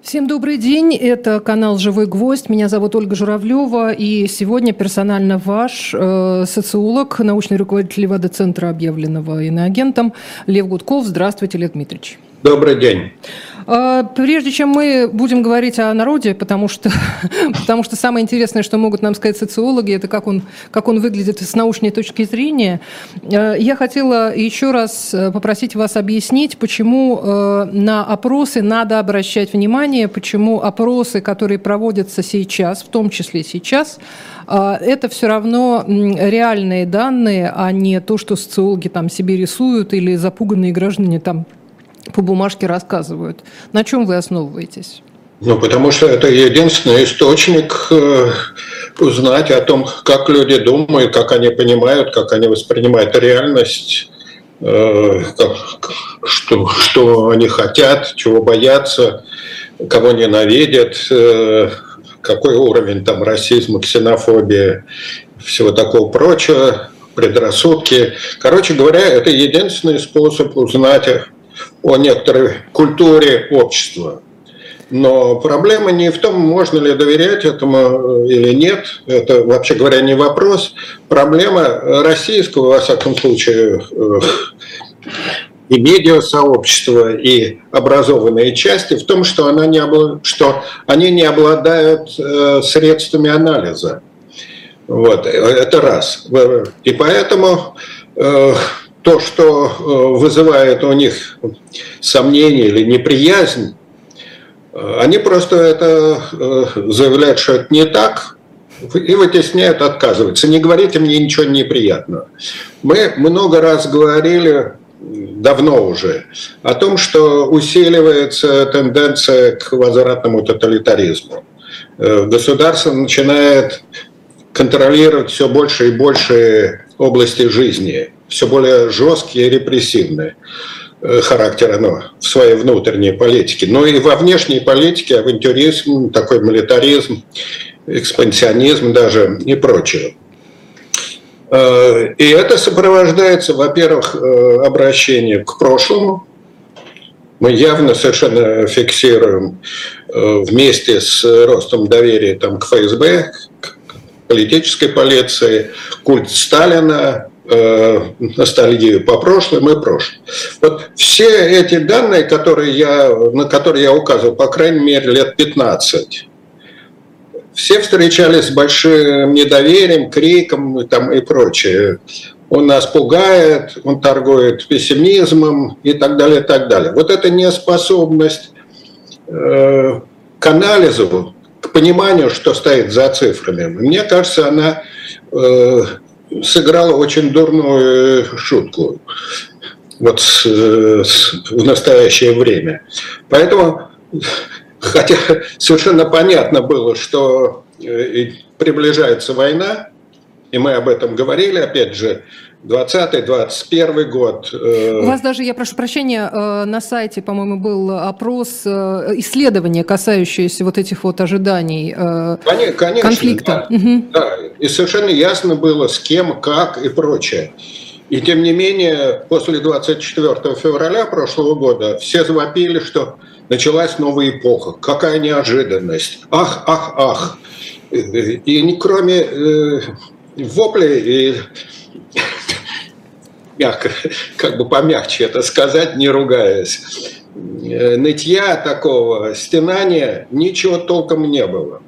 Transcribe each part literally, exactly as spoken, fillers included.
Всем добрый день, это канал «Живой гвоздь», меня зовут Ольга Журавлева, и сегодня персонально ваш э, социолог, научный руководитель Левада-центра, объявленного иноагентом, Лев Гудков. Здравствуйте, Лев Дмитриевич. Добрый день. Прежде чем мы будем говорить о народе, потому что, потому что самое интересное, что могут нам сказать социологи, это как он, как он выглядит с научной точки зрения, я хотела еще раз попросить вас объяснить, почему на опросы надо обращать внимание, почему опросы, которые проводятся сейчас, в том числе сейчас, это все равно реальные данные, а не то, что социологи там себе рисуют или запуганные граждане там по бумажке рассказывают. На чем вы основываетесь? Ну, потому что это единственный источник э, узнать о том, как люди думают, как они понимают, как они воспринимают реальность, э, как, что, что они хотят, чего боятся, кого ненавидят, э, какой уровень там расизма, ксенофобии, всего такого прочего, предрассудки. Короче говоря, это единственный способ узнать о некоторой культуре общества. Но проблема не в том, можно ли доверять этому или нет. Это, вообще говоря, не вопрос. Проблема российского, во всяком случае, и медиасообщества, и образованные части в том, что, она не обла... что они не обладают средствами анализа. Вот. Это раз. И поэтому то, что вызывает у них сомнения или неприязнь, они просто это заявляют, что это не так, и вытесняют, отказываются. Не говорите мне ничего неприятного. Мы много раз говорили, давно уже, о том, что усиливается тенденция к возвратному тоталитаризму. Государство начинает контролировать все больше и больше области жизни, все более жесткие и репрессивные характер оно в своей внутренней политике. Но и во внешней политике авантюризм, такой милитаризм, экспансионизм даже и прочее. И это сопровождается, во-первых, обращением к прошлому. Мы явно совершенно фиксируем вместе с ростом доверия там, к ФСБ, к политической полиции, культ Сталина, ностальгию по прошлым и прошлым. Вот все эти данные, которые я, на которые я указывал, по крайней мере, лет пятнадцать, все встречались с большим недоверием, криком там, и прочее. Он нас пугает, он торгует пессимизмом и так далее, и так далее. Вот эта неспособность э, к анализу, к пониманию, что стоит за цифрами, мне кажется, она э, сыграла очень дурную шутку вот с, с, в настоящее время. Поэтому, хотя совершенно понятно было, что приближается война, и мы об этом говорили, опять же, двадцатый двадцать первый год. У вас даже, я прошу прощения, на сайте, по-моему, был опрос, исследование, касающееся вот этих вот ожиданий конечно, конфликта. Да, угу. Да, и совершенно ясно было, с кем, как и прочее. И тем не менее, после двадцать четвёртого февраля прошлого года все завопили, что началась новая эпоха. Какая неожиданность. Ах, ах, ах. И не кроме э, воплей и мягко, как бы помягче это сказать, не ругаясь, нытья такого, стенания, ничего толком не было.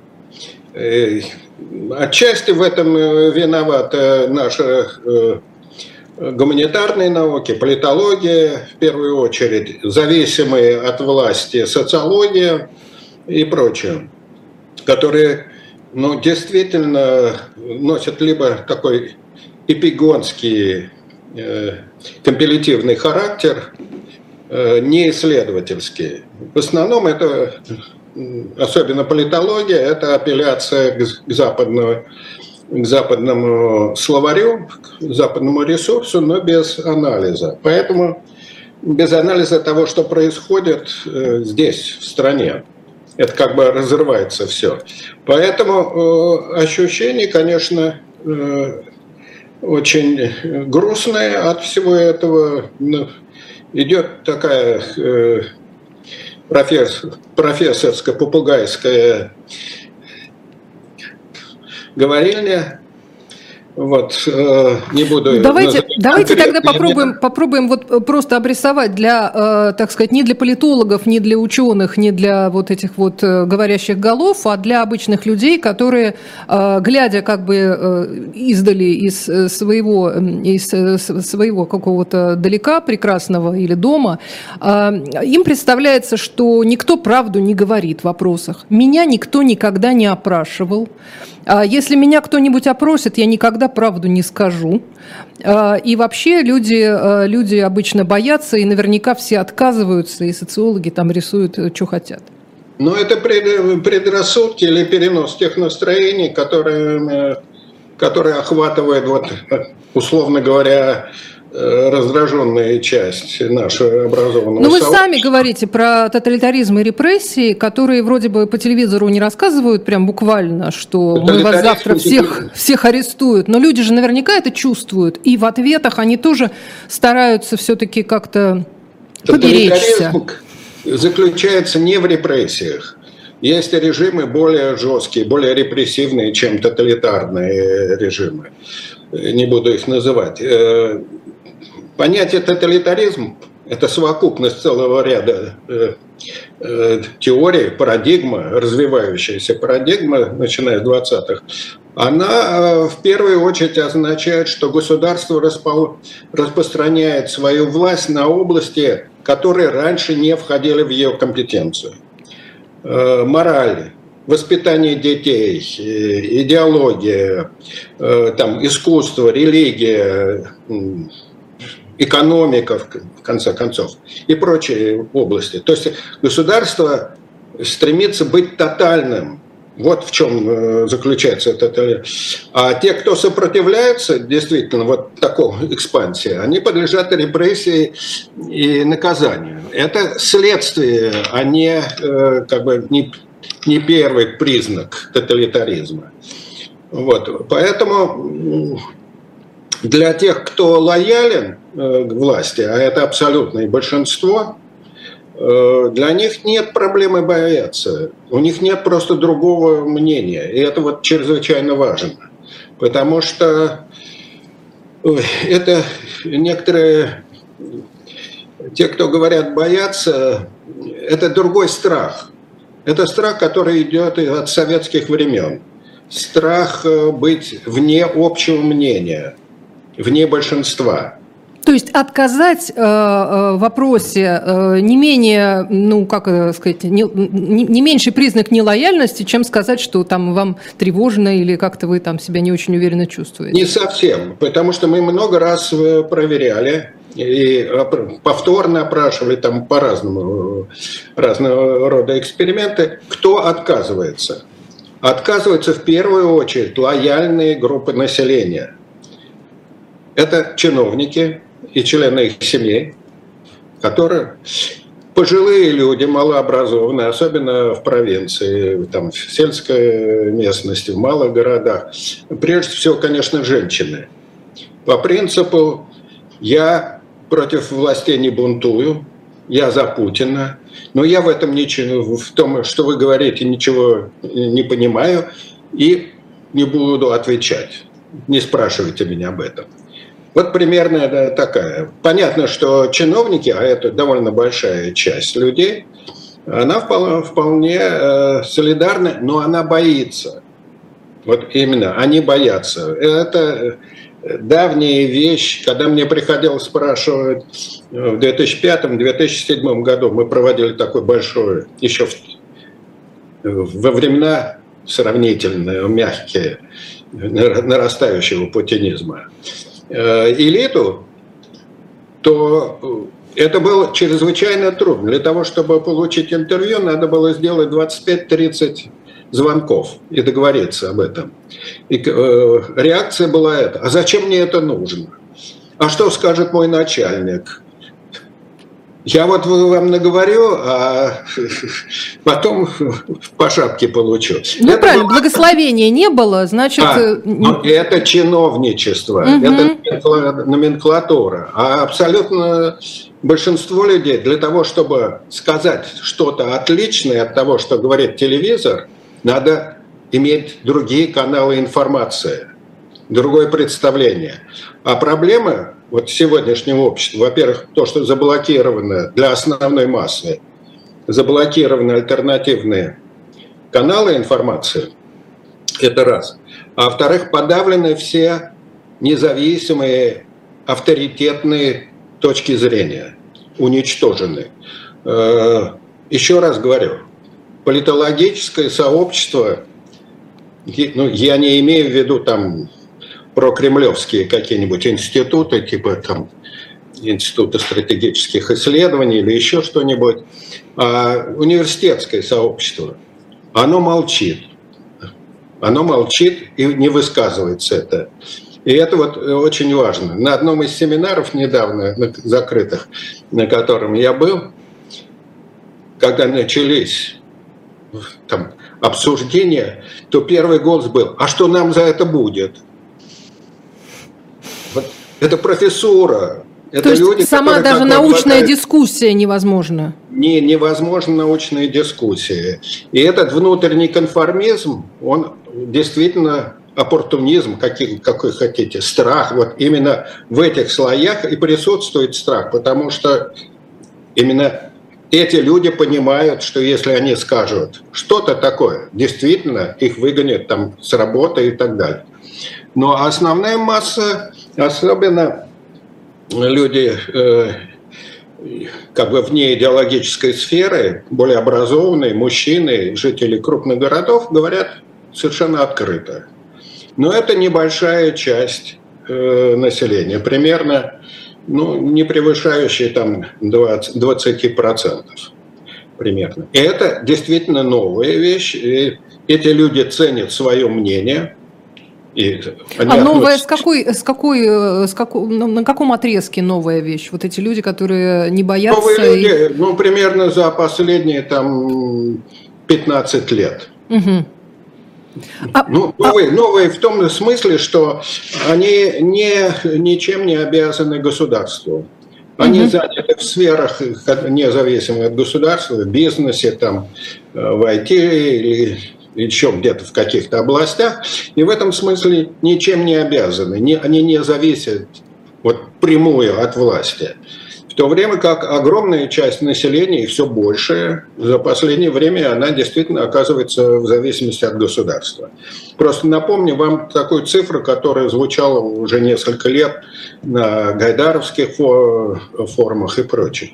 Отчасти в этом виновата наша гуманитарные науки, политология, в первую очередь, зависимые от власти социология и прочее, которые, ну, действительно носят либо такой эпигонский э, компилятивный характер, э, не исследовательский. В основном это, особенно политология, это апелляция к, к западному к западному словарю, к западному ресурсу, но без анализа. Поэтому без анализа того, что происходит здесь, в стране, это как бы разрывается все. Поэтому ощущение, конечно, очень грустное от всего этого. Идет такая профессор, профессорско-попугайская говорильня. Вот, э, не буду... Давайте, давайте тогда попробуем, попробуем вот просто обрисовать для, э, так сказать, не для политологов, не для ученых, не для вот этих вот э, говорящих голов, а для обычных людей, которые, э, глядя как бы э, издали из своего, из своего какого-то далека прекрасного или дома, э, им представляется, что никто правду не говорит в вопросах. Меня никто никогда не опрашивал. Если меня кто-нибудь опросит, я никогда правду не скажу. И вообще люди, люди обычно боятся, и наверняка все отказываются, и социологи там рисуют, что хотят. Но это предрассудки или перенос тех настроений, которые, которые охватывают, вот, условно говоря, раздраженная часть нашего образованного Но вы сообщества. сами говорите про тоталитаризм и репрессии, которые вроде бы по телевизору не рассказывают прям буквально, что мы вас завтра всех, всех арестуют. Но люди же наверняка это чувствуют. И в ответах они тоже стараются все-таки как-то поберечься. Тоталитаризм заключается не в репрессиях. Есть режимы более жесткие, более репрессивные, чем тоталитарные режимы. Не буду их называть. Понятие тоталитаризм – это совокупность целого ряда э, э, теорий, парадигма, развивающаяся парадигма, начиная с двадцатых. Она э, в первую очередь означает, что государство распол... распространяет свою власть на области, которые раньше не входили в ее компетенцию. Э, мораль, воспитание детей, идеология, э, там, искусство, религия, экономика, в конце концов, и прочие области. То есть государство стремится быть тотальным. Вот в чем заключается это. А те, кто сопротивляются, действительно, вот такой экспансии, они подлежат репрессии и наказанию. Это следствие, а не, как бы, не, не первый признак тоталитаризма. Вот. Поэтому для тех, кто лоялен к власти, а это абсолютное большинство, для них нет проблемы бояться. У них нет просто другого мнения. И это вот чрезвычайно важно. Потому что это некоторые, те, кто говорят бояться, это другой страх. Это страх, который идет от советских времен. Страх быть вне общего мнения, вне большинства. То есть отказать э, в вопросе э, не менее, ну, как сказать, не, не, не меньший признак нелояльности, чем сказать, что там вам тревожно или как-то вы там себя не очень уверенно чувствуете. Не совсем, потому что мы много раз проверяли и повторно опрашивали там по-разному, разного рода эксперименты, кто отказывается. Отказываются в первую очередь лояльные группы населения. Это чиновники и члены их семей, которые пожилые люди, малообразованные, особенно в провинции, там, в сельской местности, в малых городах. Прежде всего, конечно, женщины. По принципу «я против властей не бунтую, я за Путина, но я в этом ничего, в том, что вы говорите, ничего не понимаю и не буду отвечать. Не спрашивайте меня об этом». Вот примерно да, такая. Понятно, что чиновники, а это довольно большая часть людей, она вполне, вполне э, солидарна, но она боится. Вот именно, они боятся. Это давняя вещь, когда мне приходилось спрашивать в две тысячи пятом — две тысячи седьмом году, мы проводили такой большой, еще в, во времена сравнительно мягкие, нарастающего путинизма, элиту, то это было чрезвычайно трудно. Для того, чтобы получить интервью, надо было сделать двадцать пять — тридцать звонков и договориться об этом. И э, реакция была эта: а зачем мне это нужно? А что скажет мой начальник? Я вот вам наговорю, а потом по шапке получу. Ну, это правильно, было... благословения не было, значит... А, ну, это чиновничество, угу. Это номенклатура. А абсолютно большинство людей для того, чтобы сказать что-то отличное от того, что говорит телевизор, надо иметь другие каналы информации, другое представление. А проблема вот сегодняшнего общества, во-первых, то, что заблокировано для основной массы, заблокированы альтернативные каналы информации, это раз. А во-вторых, подавлены все независимые, авторитетные точки зрения, уничтожены. Еще раз говорю, политологическое сообщество, ну, я не имею в виду там прокремлевские какие-нибудь институты, типа там Института стратегических исследований или еще что-нибудь, а университетское сообщество, оно молчит. Оно молчит и не высказывается это. И это вот очень важно. На одном из семинаров недавно, закрытых, на котором я был, когда начались там обсуждения, то первый голос был: а что нам за это будет? Вот это профессура. Это то есть люди, сама которые, даже научная обладают... дискуссия невозможна? Не, невозможна научная дискуссия. И этот внутренний конформизм, он действительно оппортунизм, какой, какой хотите, страх. Вот именно в этих слоях и присутствует страх, потому что именно эти люди понимают, что если они скажут что-то такое, действительно их выгонят там с работы и так далее. Но основная масса, особенно люди э, как бы вне идеологической сферы, более образованные, мужчины, жители крупных городов, говорят совершенно открыто. Но это небольшая часть э, населения, примерно, ну, не превышающая там двадцать процентов примерно. И это действительно новая вещь. И эти люди ценят свое мнение. И а новая с какой, с какой, с какой, на каком отрезке новая вещь? Вот эти люди, которые не боятся. Новые и... люди, ну, примерно за последние там пятнадцать лет. Угу. А, ну, новые, а... новые в том смысле, что они не, ничем не обязаны государству. Они угу. заняты в сферах, независимых от государства, в бизнесе, там, в ай ти или еще где-то в каких-то областях, и в этом смысле ничем не обязаны. Не, они не зависят вот, прямую от власти. В то время как огромная часть населения, и все большее, за последнее время она действительно оказывается в зависимости от государства. Просто напомню вам такую цифру, которая звучала уже несколько лет на гайдаровских форумах и прочее.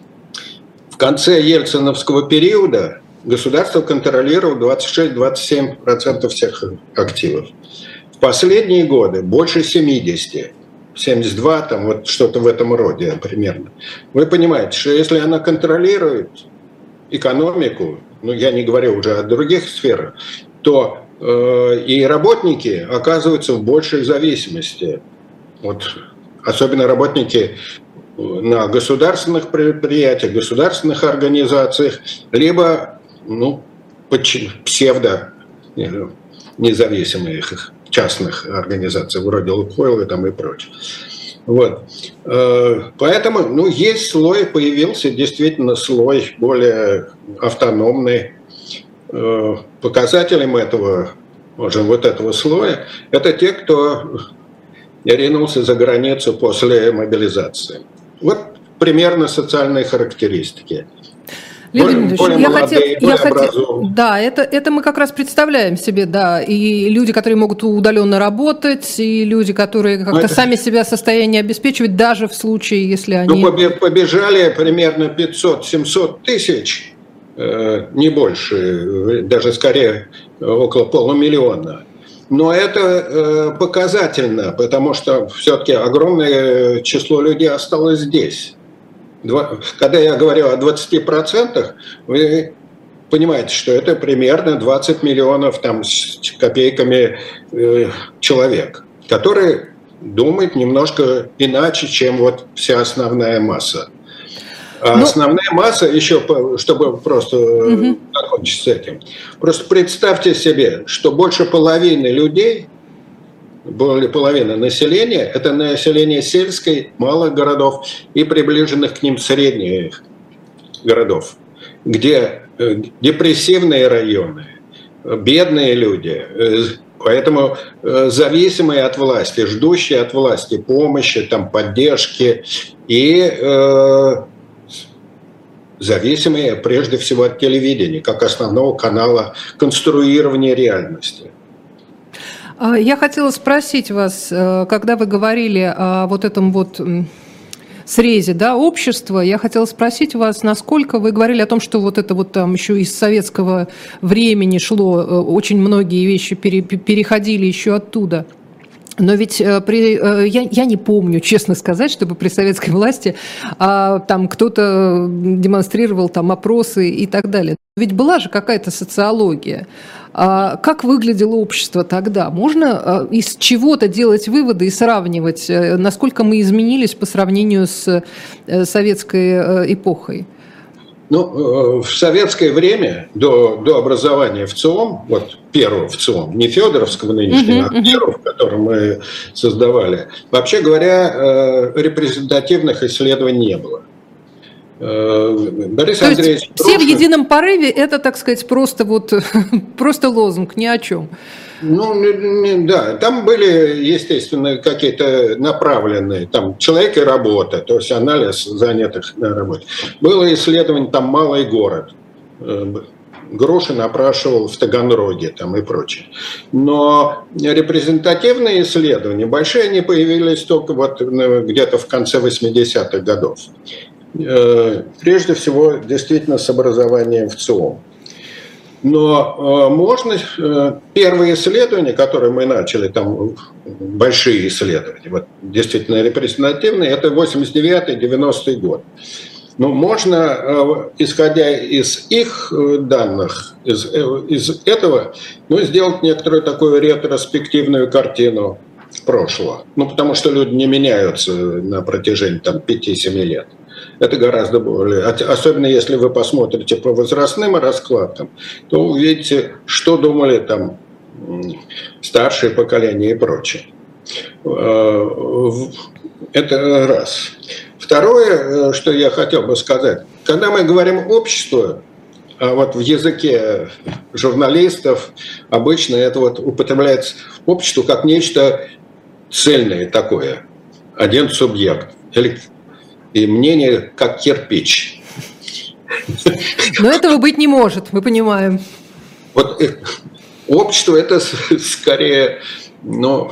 В конце ельциновского периода государство контролировало двадцать шесть - двадцать семь процентов всех активов. В последние годы больше семидесяти процентов. семьдесят два, там вот что-то в этом роде примерно. Вы понимаете, что если она контролирует экономику, ну я не говорю уже о других сферах, то э, и работники оказываются в большей зависимости. Вот, особенно работники на государственных предприятиях, государственных организациях, либо ну, псевдо независимых частных организаций, вроде Лукойла там и прочее. Вот. Поэтому ну, есть слой, появился действительно слой более автономный. Показателем этого, может, вот этого слоя, это те, кто ринулся за границу после мобилизации. Вот примерно социальные характеристики. Леонид Ильич, я хотел, я хотел, да, это, это мы как раз представляем себе, да, и люди, которые могут удаленно работать, и люди, которые как-то это... сами себя в состоянии обеспечивать, даже в случае, если они... Ну, побежали примерно пятьсот - семьсот тысяч, э, не больше, даже скорее около полумиллиона. Но это э, показательно, потому что все-таки огромное число людей осталось здесь. Когда я говорю о двадцати процентах, вы понимаете, что это примерно двадцать миллионов там, с копейками э, человек, которые думают немножко иначе, чем вот вся основная масса. А ну... основная масса, еще, чтобы просто угу. закончить с этим, просто представьте себе, что больше половины людей более половины населения – это население сельской, малых городов и приближенных к ним средних городов, где депрессивные районы, бедные люди, поэтому зависимые от власти, ждущие от власти помощи, там, поддержки и э, зависимые прежде всего от телевидения, как основного канала конструирования реальности. Я хотела спросить вас, когда вы говорили о вот этом вот срезе, да, общества, я хотела спросить вас, насколько вы говорили о том, что вот это вот там еще из советского времени шло, очень многие вещи пере, переходили еще оттуда. Но ведь при, я, я не помню, честно сказать, чтобы при советской власти а, там кто-то демонстрировал там опросы и так далее. Ведь была же какая-то социология. А как выглядело общество тогда? Можно из чего-то делать выводы и сравнивать, насколько мы изменились по сравнению с советской эпохой? Ну, в советское время, до, до образования ВЦИОМ, вот первого ВЦИОМ, не Федоровского нынешнего, uh-huh, а первого, который мы создавали, вообще говоря, репрезентативных исследований не было. Борис То Андреевич есть все в едином порыве, это, так сказать, просто, вот, просто лозунг, ни о чем. Ну, да, там были, естественно, какие-то направленные, там, человек и работа, то есть анализ занятых на работе. Было исследование, там, малый город. Грушин опрашивал в Таганроге, там, и прочее. Но репрезентативные исследования, большие, они появились только вот где-то в конце восьмидесятых годов. Прежде всего, действительно, с образованием ВЦИОМ. Но э, можно, э, первые исследования, которые мы начали, там большие исследования, вот, действительно репрезентативные, это восемьдесят девятый — девяностый год. Но можно, э, исходя из их данных, из, э, из этого, ну, сделать некоторую такую ретроспективную картину прошлого. Ну, потому что люди не меняются на протяжении там, пяти-семи лет. Это гораздо более... Особенно если вы посмотрите по возрастным раскладкам, то увидите, что думали там старшее поколение и прочее. Это раз. Второе, что я хотел бы сказать. Когда мы говорим «общество», а вот в языке журналистов обычно это вот употребляется общество как нечто цельное такое. Один субъект. И мнение как кирпич. Но этого быть не может, мы понимаем. Вот общество – это скорее ну,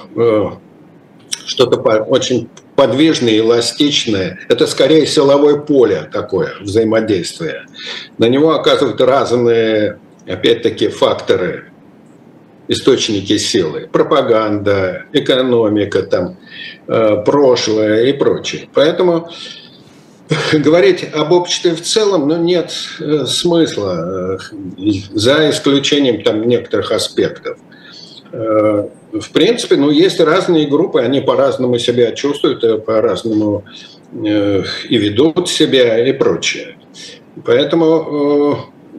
что-то очень подвижное, эластичное. Это скорее силовое поле такое, взаимодействие. На него оказывают разные, опять-таки, факторы, источники силы. Пропаганда, экономика, там, прошлое и прочее. Поэтому говорить об обществе в целом, ну, нет смысла, за исключением там некоторых аспектов. В принципе, ну, есть разные группы, они по-разному себя чувствуют, по-разному и ведут себя и прочее. Поэтому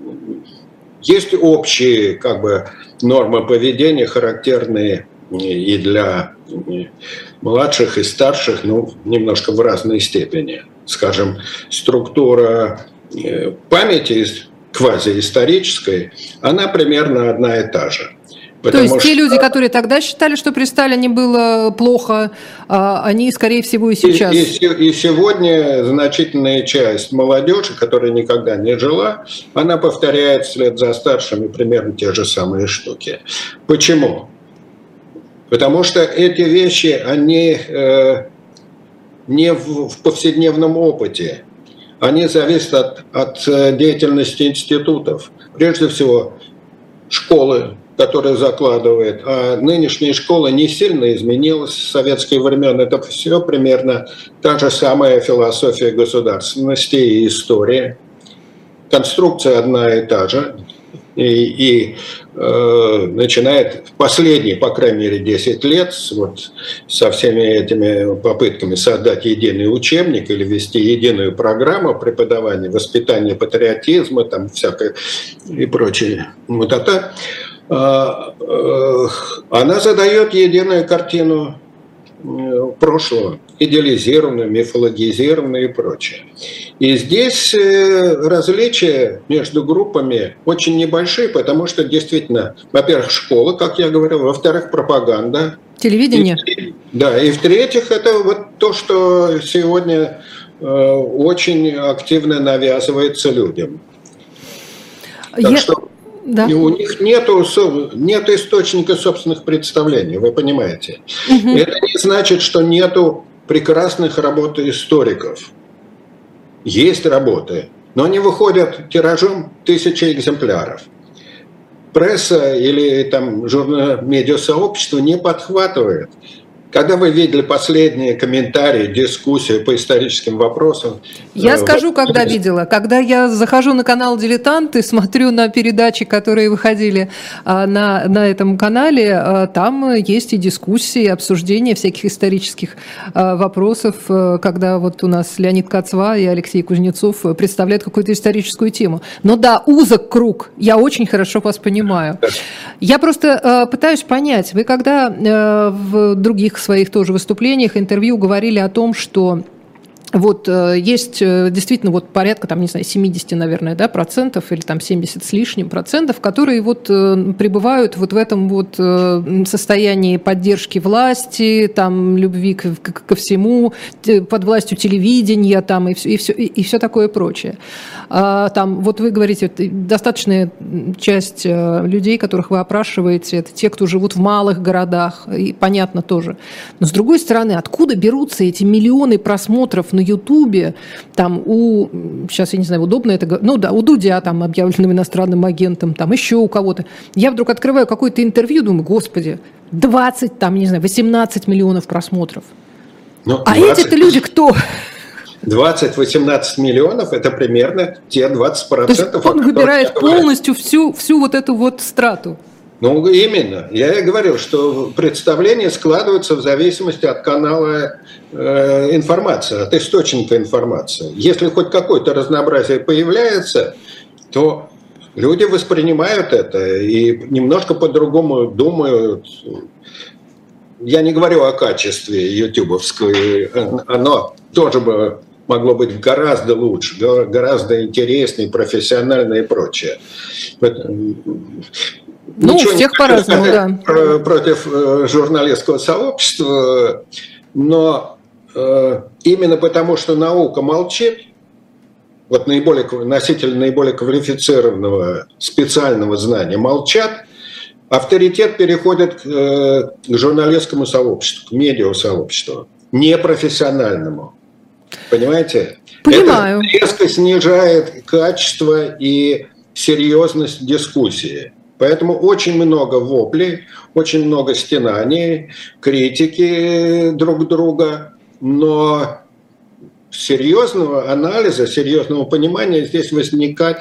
есть общие, как бы, нормы поведения, характерные и для младших, и старших, ну, немножко в разной степени. Скажем, структура памяти квазиисторической, она примерно одна и та же. То есть те люди, которые тогда считали, что при Сталине было плохо, они, скорее всего, и сейчас. И, и, и сегодня значительная часть молодежи, которая никогда не жила, она повторяет вслед за старшими примерно те же самые штуки. Почему? Потому что эти вещи, они э, не в, в повседневном опыте. Они зависят от, от деятельности институтов. Прежде всего, школы, которые закладывает. А нынешняя школа не сильно изменилась с советских времен. Это все примерно та же самая философия государственности и истории. Конструкция одна и та же. И, и э, начинает последние, по крайней мере, десять лет вот, со всеми этими попытками создать единый учебник или ввести единую программу преподавания, воспитания патриотизма, там всякое и прочее. Вот это она задает единую картину прошлого, идеализированную, мифологизированную и прочее. И здесь различия между группами очень небольшие, потому что действительно, во-первых, школа, как я говорил, во-вторых, пропаганда. Телевидение. И, да, и в-третьих, это вот то, что сегодня э, очень активно навязывается людям. Так я... что да. И у них нету, нету источника собственных представлений, вы понимаете. Угу. Это не значит, что нету прекрасных работ историков. Есть работы, но они выходят тиражом тысячи экземпляров. Пресса или там журнал, медиасообщество не подхватывает. Когда вы видели последние комментарии, дискуссии по историческим вопросам? Я э, скажу, вот, когда видела. Когда я захожу на канал «Дилетант» и смотрю на передачи, которые выходили а, на, на этом канале, а, там есть и дискуссии, и обсуждения всяких исторических а, вопросов, а, когда вот у нас Леонид Кацва и Алексей Кузнецов представляют какую-то историческую тему. Но да, узок круг, я очень хорошо вас понимаю. Я просто а, пытаюсь понять, вы когда а, в других своих тоже выступлениях, интервью говорили о том, что вот есть действительно вот порядка, там, не знаю, семьдесят, наверное, да, процентов или там семьдесят с лишним процентов, которые вот пребывают вот в этом вот состоянии поддержки власти, там, любви к, к, ко всему, под властью телевидения, там, и все, и все, и все такое прочее. А, там, вот вы говорите, достаточная часть людей, которых вы опрашиваете, это те, кто живут в малых городах, и понятно тоже. Но с другой стороны, откуда берутся эти миллионы просмотров на Ютубе, там у, сейчас я не знаю, удобно это, ну да, у Дудя, там, объявленным иностранным агентом, там еще у кого-то. Я вдруг открываю какое-то интервью, думаю, господи, двадцать, там, не знаю, восемнадцать миллионов просмотров. Ну, а эти-то люди кто? двадцать-восемнадцать миллионов – это примерно те двадцать процентов. То есть он выбирает полностью всю, всю вот эту вот страту. Ну, именно. Я и говорил, что представления складываются в зависимости от канала э, информации, от источника информации. Если хоть какое-то разнообразие появляется, то люди воспринимают это и немножко по-другому думают. Я не говорю о качестве ютубовской, оно тоже бы могло быть гораздо лучше, гораздо интереснее, профессиональнее и прочее. Ну, ничего у всех по-разному, да. Против журналистского сообщества, но именно потому, что наука молчит, вот наиболее, носители наиболее квалифицированного специального знания молчат, авторитет переходит к журналистскому сообществу, к медиасообществу, непрофессиональному. Понимаете? Понимаю. Это резко снижает качество и серьезность дискуссии. Поэтому очень много воплей, очень много стенаний, критики друг друга, но серьезного анализа, серьезного понимания здесь возникать,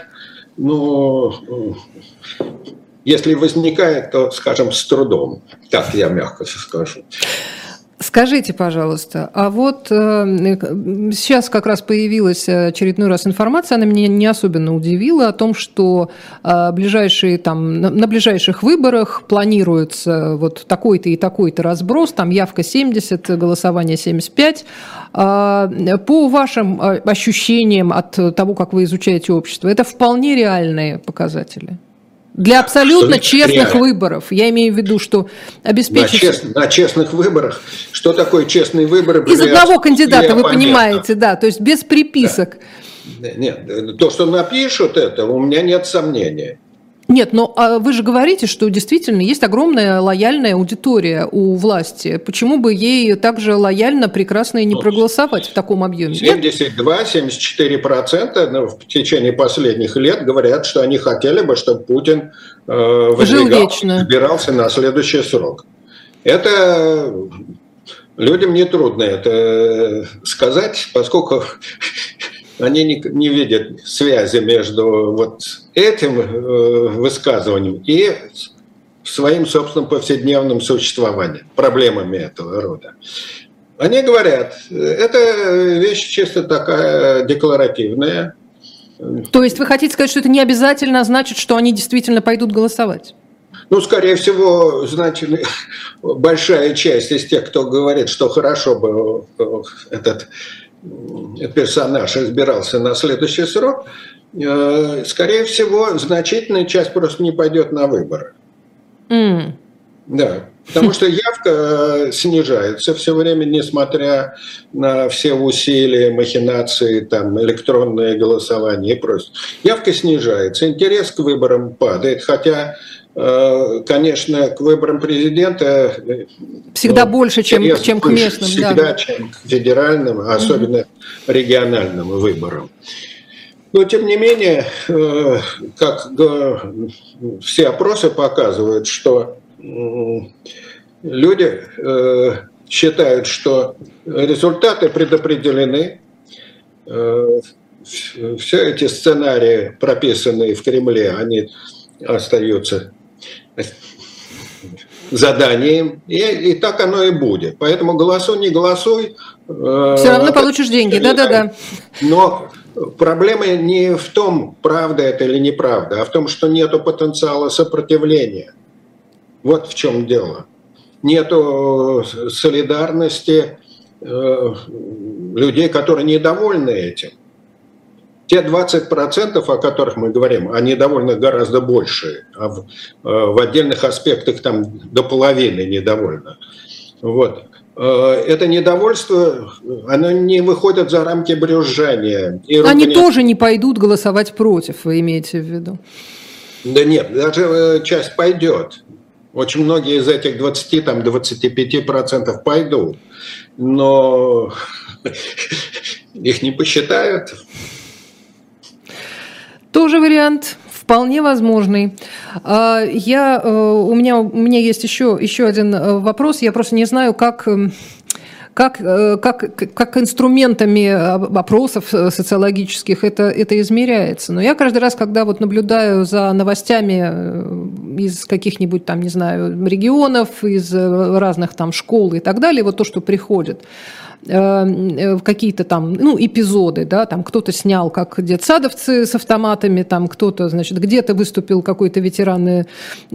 ну, если возникает, то, скажем, с трудом. Так я мягко скажу. Скажите, пожалуйста, а вот э, сейчас как раз появилась очередной раз информация, она меня не особенно удивила, о том, что э, ближайшие, там, на, на ближайших выборах планируется вот такой-то и такой-то разброс, там явка семьдесят, голосование семьдесят пять. Э, по вашим ощущениям от того, как вы изучаете общество, это вполне реальные показатели? Для абсолютно честных реально. Выборов. Я имею в виду, что обеспечить... На, чест... на честных выборах. Что такое честные выборы? Из одного кандидата, вы понимаете, да, то есть без приписок. Да. Нет, то, что напишут это, у меня нет сомнений. Нет, но а вы же говорите, что действительно есть огромная лояльная аудитория у власти. Почему бы ей также лояльно, прекрасно и не проголосовать в таком объеме? семьдесят два - семьдесят четыре процента в течение последних лет говорят, что они хотели бы, чтобы Путин э, избирался на следующий срок. Это людям нетрудно это сказать, поскольку... Они не, не видят связи между вот этим э, высказыванием и своим собственным повседневным существованием, проблемами этого рода. Они говорят, это вещь чисто такая декларативная. То есть вы хотите сказать, что это не обязательно значит, что они действительно пойдут голосовать? Ну, скорее всего, значит, большая часть из тех, кто говорит, что хорошо бы этот персонаж избирался на следующий срок, скорее всего, значительная часть просто не пойдет на выборы. Mm. Да, потому что явка снижается все время, несмотря на все усилия, махинации, там, электронное голосование и прочее. Явка снижается, интерес к выборам падает, хотя, конечно, к выборам президента всегда ну, больше, чем, чем к местным. Всегда, да. чем к федеральным, особенно mm-hmm. региональным выборам. Но, тем не менее, как все опросы показывают, что люди считают, что результаты предопределены, все эти сценарии, прописанные в Кремле, они остаются заданием, и, и так оно и будет. Поэтому голосуй, не голосуй. Все равно получишь деньги, да-да-да. Но проблема не в том, правда это или неправда, а в том, что нету потенциала сопротивления. Вот в чем дело. Нету солидарности э, людей, которые недовольны этим. Те двадцать процентов, о которых мы говорим, они довольно гораздо больше, а в, э, в отдельных аспектах там до половины недовольны. Вот. Это недовольство, оно не выходит за рамки брюзжания. И они ругания... тоже не пойдут голосовать против, вы имеете в виду? Да нет, даже часть пойдет. Очень многие из этих двадцати-двадцати пяти процентов пойдут, но их не посчитают. Тоже вариант. Вполне возможный. Я, у, меня, у меня есть еще, еще один вопрос. Я просто не знаю, как, как, как, как инструментами опросов социологических это, это измеряется. Но я каждый раз, когда вот наблюдаю за новостями из каких-нибудь там, не знаю, регионов, из разных там школ и так далее, вот то, что приходит, в какие-то там, ну, эпизоды, да, там кто-то снял, как детсадовцы с автоматами, там кто-то, значит, где-то выступил какой-то ветеран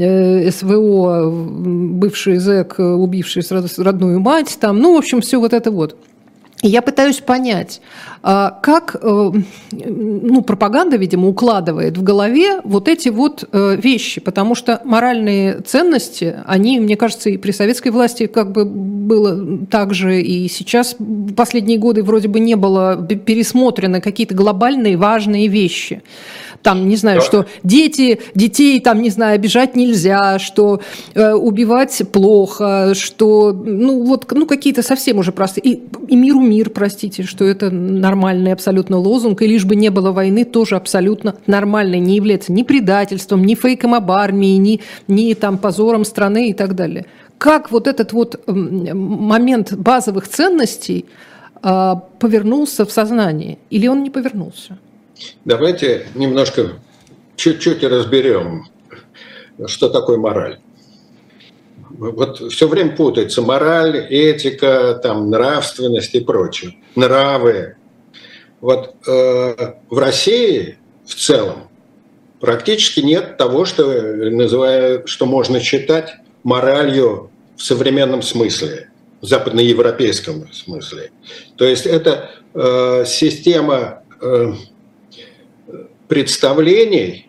СВО, бывший зэк, убивший родную мать, там, ну, в общем, все вот это вот. Я пытаюсь понять, как, ну, пропаганда, видимо, укладывает в голове вот эти вот вещи, потому что моральные ценности, они, мне кажется, и при советской власти как бы было так же, и сейчас в последние годы вроде бы не было пересмотрены какие-то глобальные важные вещи. Там, не знаю, да. что дети, детей, там, не знаю, обижать нельзя, что э, убивать плохо, что, ну, вот, ну, какие-то совсем уже простые. И, и миру мир, простите, что это нормальный абсолютно лозунг, и лишь бы не было войны, тоже абсолютно нормальный, не является ни предательством, ни фейком об армии, ни, ни там позором страны и так далее. Как вот этот вот момент базовых ценностей э, повернулся в сознании? Или он не повернулся? Давайте немножко, чуть-чуть разберем, что такое мораль. Вот все время путается мораль, этика, там, нравственность и прочее. Нравы. Вот э, в России в целом практически нет того, что, называют, что можно считать моралью в современном смысле, в западноевропейском смысле. То есть это э, система... Э, представлений,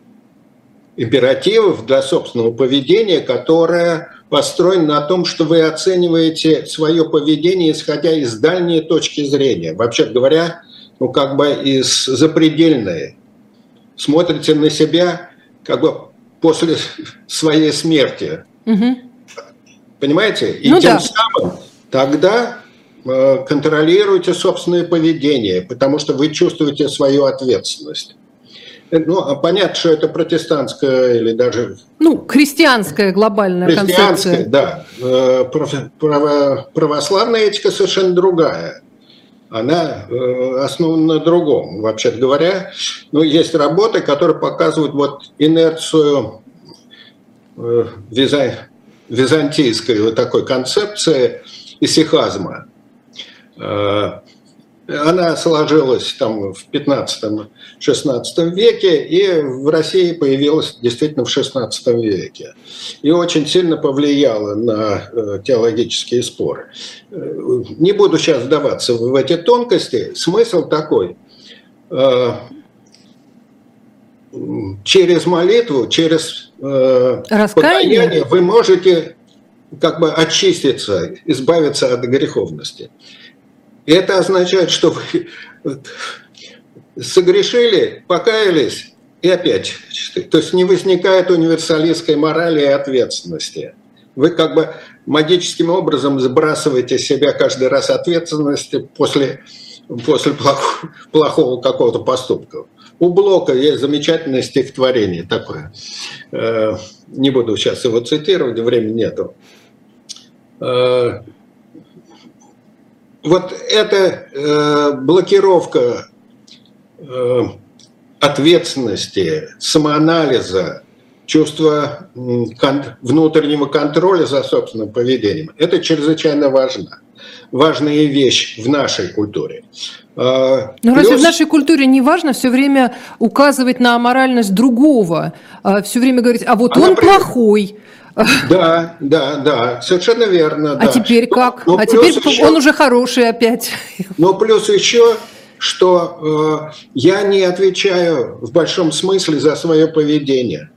императивов для собственного поведения, которое построено на том, что вы оцениваете свое поведение, исходя из дальней точки зрения. Вообще говоря, ну как бы из запредельной. Смотрите на себя как бы после своей смерти. Угу. Понимаете? И ну, тем да. самым тогда э, контролируете собственное поведение, потому что вы чувствуете свою ответственность. Ну, понятно, что это протестантская или даже... Ну, христианская глобальная христианская, концепция. Да. Право, православная этика совершенно другая. Она основана на другом. Вообще говоря, ну, есть работы, которые показывают вот инерцию виза, византийской вот такой концепции исихазма. Она сложилась там в пятнадцатом-шестнадцатом веке, и в России появилась действительно в шестнадцатом веке. И очень сильно повлияла на теологические споры. Не буду сейчас вдаваться в эти тонкости. Смысл такой. Через молитву, через покаяние вы можете как бы очиститься, избавиться от греховности. И это означает, что вы согрешили, покаялись и опять. То есть не возникает универсалистской морали и ответственности. Вы как бы магическим образом сбрасываете с себя каждый раз ответственность после, после плохого, плохого какого-то поступка. У Блока есть замечательное стихотворение такое. Не буду сейчас его цитировать, времени нету. Вот эта э, блокировка э, ответственности, самоанализа, чувства кон- внутреннего контроля за собственным поведением, это чрезвычайно важно. Важная вещь в нашей культуре. Но Плюс... разве в нашей культуре не важно все время указывать на аморальность другого, все время говорить, а вот а он например... плохой? Да, да, да, совершенно верно. А да. теперь как? Но, но а теперь еще, он уже хороший опять. Но плюс еще, что э, я не отвечаю в большом смысле за свое поведение.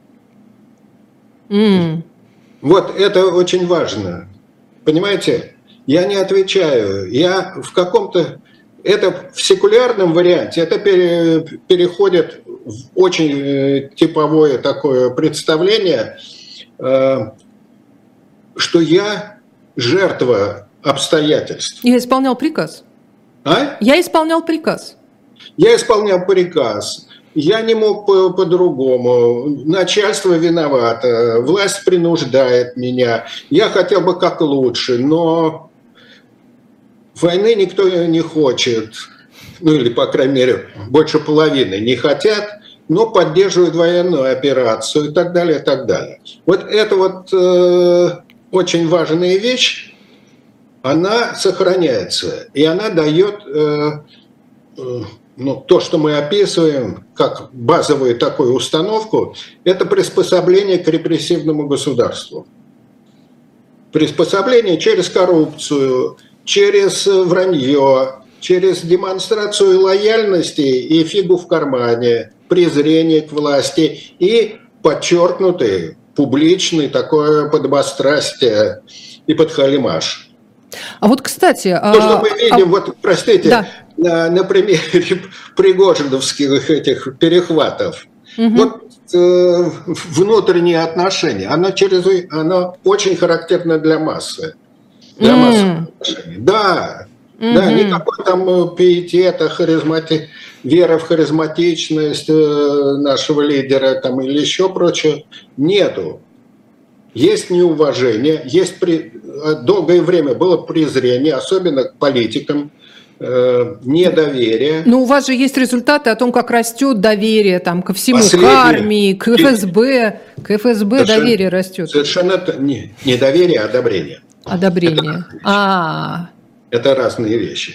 Mm. Вот это очень важно. Понимаете? Я не отвечаю. Я в каком-то... Это в секулярном варианте, это пере, переходит в очень типовое такое представление, что я жертва обстоятельств. Я исполнял приказ. А? Я исполнял приказ. Я исполнял приказ. Я не мог по- по-другому. Начальство виновато. Власть принуждает меня. Я хотел бы как лучше, но войны никто не хочет. Ну или, по крайней мере, больше половины не хотят. Но поддерживают военную операцию и так далее, и так далее. Вот эта вот э, очень важная вещь, она сохраняется, и она дает э, э, ну, то, что мы описываем как базовую такую установку, это приспособление к репрессивному государству. Приспособление через коррупцию, через вранье, через демонстрацию лояльности и фигу в кармане, презрение к власти и подчеркнутый, публичный такое подобострастие и подхалимаш. А вот, кстати... То, что мы видим, а... вот, простите, да. на, на примере пригожиновских этих перехватов, угу. вот э, внутренние отношения, оно, через, оно очень характерно для массы. Для mm. массы отношений. Да, mm-hmm. да, никакой там пиетета, харизмати... вера в харизматичность нашего лидера там, или еще прочее, нету. Есть неуважение, есть при... долгое время было презрение, особенно к политикам, э, недоверие. Но у вас же есть результаты о том, как растет доверие там, ко всему, Последние... к армии, к эф эс бэ. К эф эс бэ совершенно, доверие растет. Совершенно не, не доверие, а одобрение. Одобрение. Это, а это разные вещи.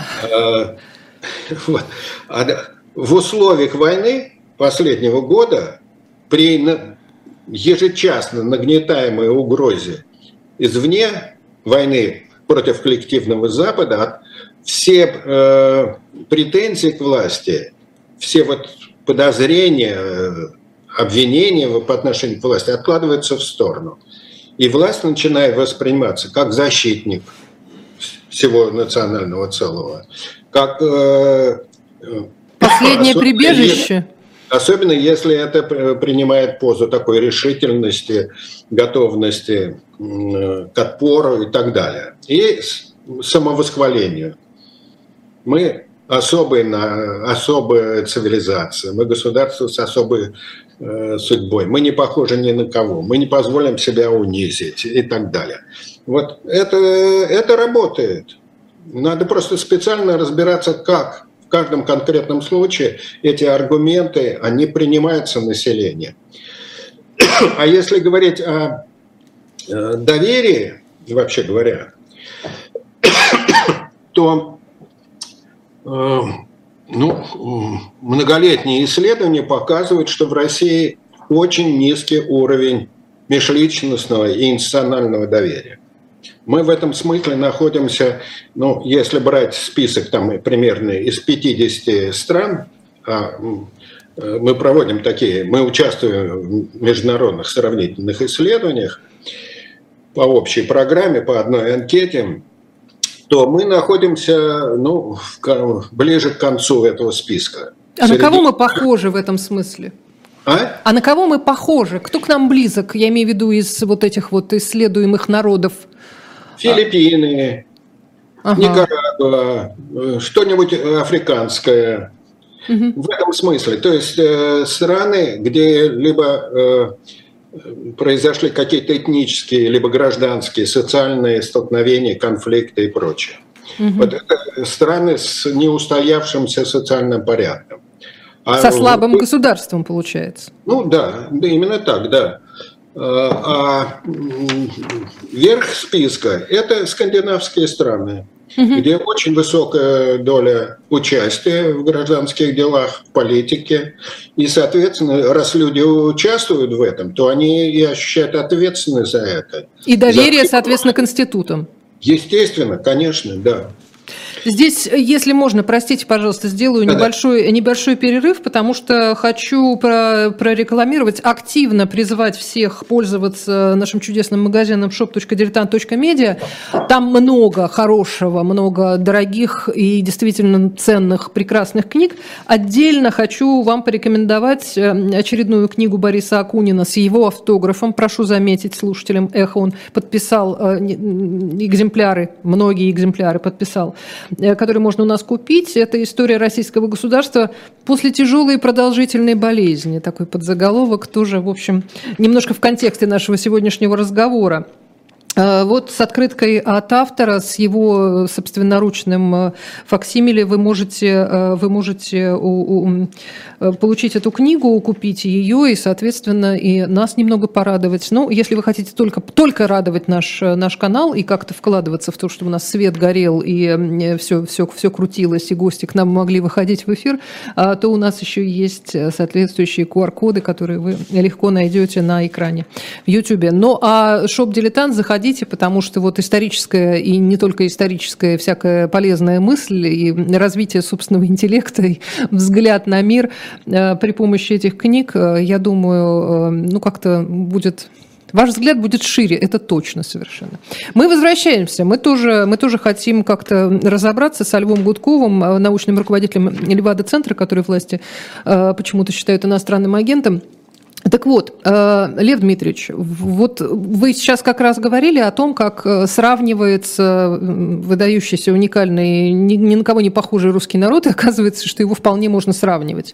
Вот. В условиях войны последнего года при ежечасно нагнетаемой угрозе извне войны против коллективного Запада все э, претензии к власти, все вот подозрения, обвинения по отношению к власти откладываются в сторону. И власть начинает восприниматься как защитник всего национального целого, как э, последнее особенно, прибежище. Особенно если это принимает позу такой решительности, готовности э, к отпору и так далее. И самовосхвалению. Мы особая, особая цивилизация, мы государство с особой э, судьбой, мы не похожи ни на кого, мы не позволим себя унизить и так далее. Вот это, это работает. Надо просто специально разбираться, как в каждом конкретном случае эти аргументы, они принимаются населением. А если говорить о доверии, вообще говоря, то Ну, многолетние исследования показывают, что в России очень низкий уровень межличностного и институционального доверия. Мы в этом смысле находимся, ну, если брать список там примерно из пятидесяти стран, а мы проводим такие, мы участвуем в международных сравнительных исследованиях по общей программе, по одной анкете, то мы находимся, ну, в, ближе к концу этого списка. А Среди... на кого мы похожи в этом смысле? А? а на кого мы похожи? Кто к нам близок? Я имею в виду из вот этих вот исследуемых народов. Филиппины, ага. Никарагуа, что-нибудь африканское. Угу. В этом смысле. То есть э, страны, где либо э, произошли какие-то этнические, либо гражданские, социальные столкновения, конфликты и прочее. Угу. Вот это страны с неустоявшимся социальным порядком. А, Со слабым вот, государством, получается. Ну да, да, именно так, да. А, а верх списка – это скандинавские страны, угу. где очень высокая доля участия в гражданских делах, в политике. И, соответственно, раз люди участвуют в этом, то они и ощущают ответственность за это. И доверие, за... соответственно, к институтам. Естественно, конечно, да. Здесь, если можно, простите, пожалуйста, сделаю небольшой, небольшой перерыв, потому что хочу про, прорекламировать, активно призывать всех пользоваться нашим чудесным магазином шоп точка дилетант точка медиа. Там много хорошего, много дорогих и действительно ценных, прекрасных книг. Отдельно хочу вам порекомендовать очередную книгу Бориса Акунина с его автографом. Прошу заметить слушателям «Эхо», он подписал экземпляры, многие экземпляры подписал, который можно у нас купить. Это история российского государства после тяжелой и продолжительной болезни. Такой подзаголовок тоже, в общем, немножко в контексте нашего сегодняшнего разговора. Вот с открыткой от автора, с его собственноручным факсимиле вы можете, вы можете у, у, получить эту книгу, купить ее и, соответственно, и нас немного порадовать. Ну, если вы хотите только, только радовать наш, наш канал и как-то вкладываться в то, что у нас свет горел и все, все, все крутилось, и гости к нам могли выходить в эфир, то у нас еще есть соответствующие ку ар коды, которые вы легко найдете на экране в YouTube. Ну, а шоп «Дилетант» заходите, потому что вот историческая и не только историческая, всякая полезная мысль и развитие собственного интеллекта, и взгляд на мир при помощи этих книг, я думаю, ну как-то будет... Ваш взгляд будет шире, это точно совершенно. Мы возвращаемся, мы тоже, мы тоже хотим как-то разобраться со Львом Гудковым, научным руководителем Левада-центра, который власти почему-то считают иностранным агентом. Так вот, Лев Дмитриевич, вот вы сейчас как раз говорили о том, как сравнивается выдающийся, уникальный, ни на кого не похожий русский народ, и оказывается, что его вполне можно сравнивать.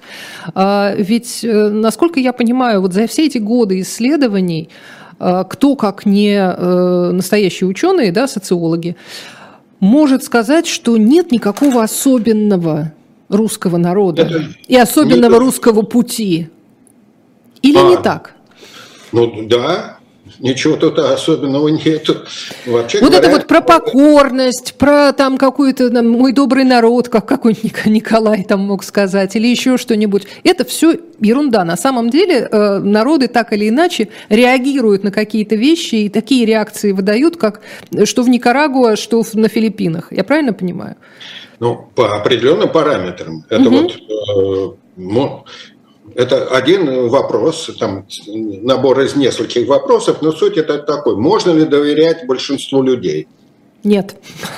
Ведь, насколько я понимаю, вот за все эти годы исследований, кто, как не настоящие ученые, да, социологи, может сказать, что нет никакого особенного русского народа Это и особенного нет. русского пути. Или а, не так? Ну да, ничего тут особенного нету. Вообще вот говоря, это вот про покорность, про там какой-то там, мой добрый народ, как какой-нибудь Николай там мог сказать, или еще что-нибудь. Это все ерунда. На самом деле э, народы так или иначе реагируют на какие-то вещи, и такие реакции выдают, как что в Никарагуа, что на Филиппинах. Я правильно понимаю? Ну, по определенным параметрам. Это угу. вот... Э, Это один вопрос, там, набор из нескольких вопросов, но суть это такой. Можно ли доверять большинству людей? Нет.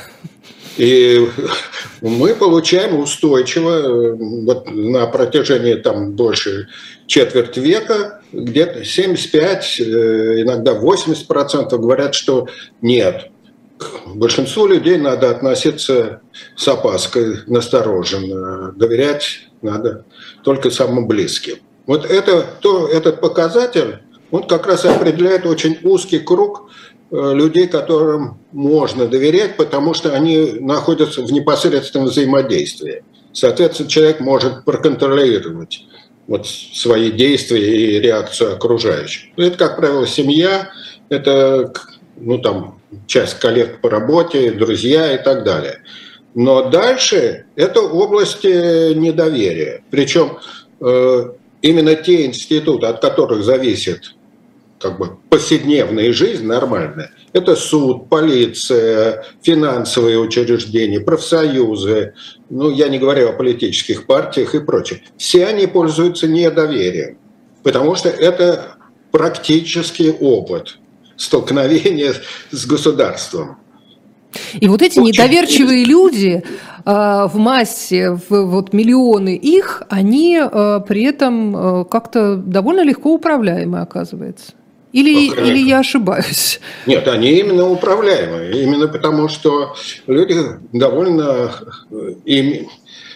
И мы получаем устойчиво вот, на протяжении там, больше четверть века, где-то семьдесят пять, иногда восемьдесят процентов говорят, что нет. К большинству людей надо относиться с опаской, настороженно, доверять надо только самым близким. Вот это, то, этот показатель, он как раз определяет очень узкий круг людей, которым можно доверять, потому что они находятся в непосредственном взаимодействии. Соответственно, человек может проконтролировать вот свои действия и реакцию окружающих. Это, как правило, семья, это ну, там, часть коллег по работе, друзья и так далее. Но дальше это области недоверия. Причем э, именно те институты, от которых зависит как бы повседневная жизнь нормальная, это суд, полиция, финансовые учреждения, профсоюзы, ну, я не говорю о политических партиях и прочее. Все они пользуются недоверием, потому что это практический опыт столкновения с государством. И вот эти Очень недоверчивые люди э, в массе, в, вот миллионы их, они э, при этом э, как-то довольно легко управляемы, оказывается. Или, ну, или я ошибаюсь? Нет, они именно управляемые. Именно потому, что люди довольно им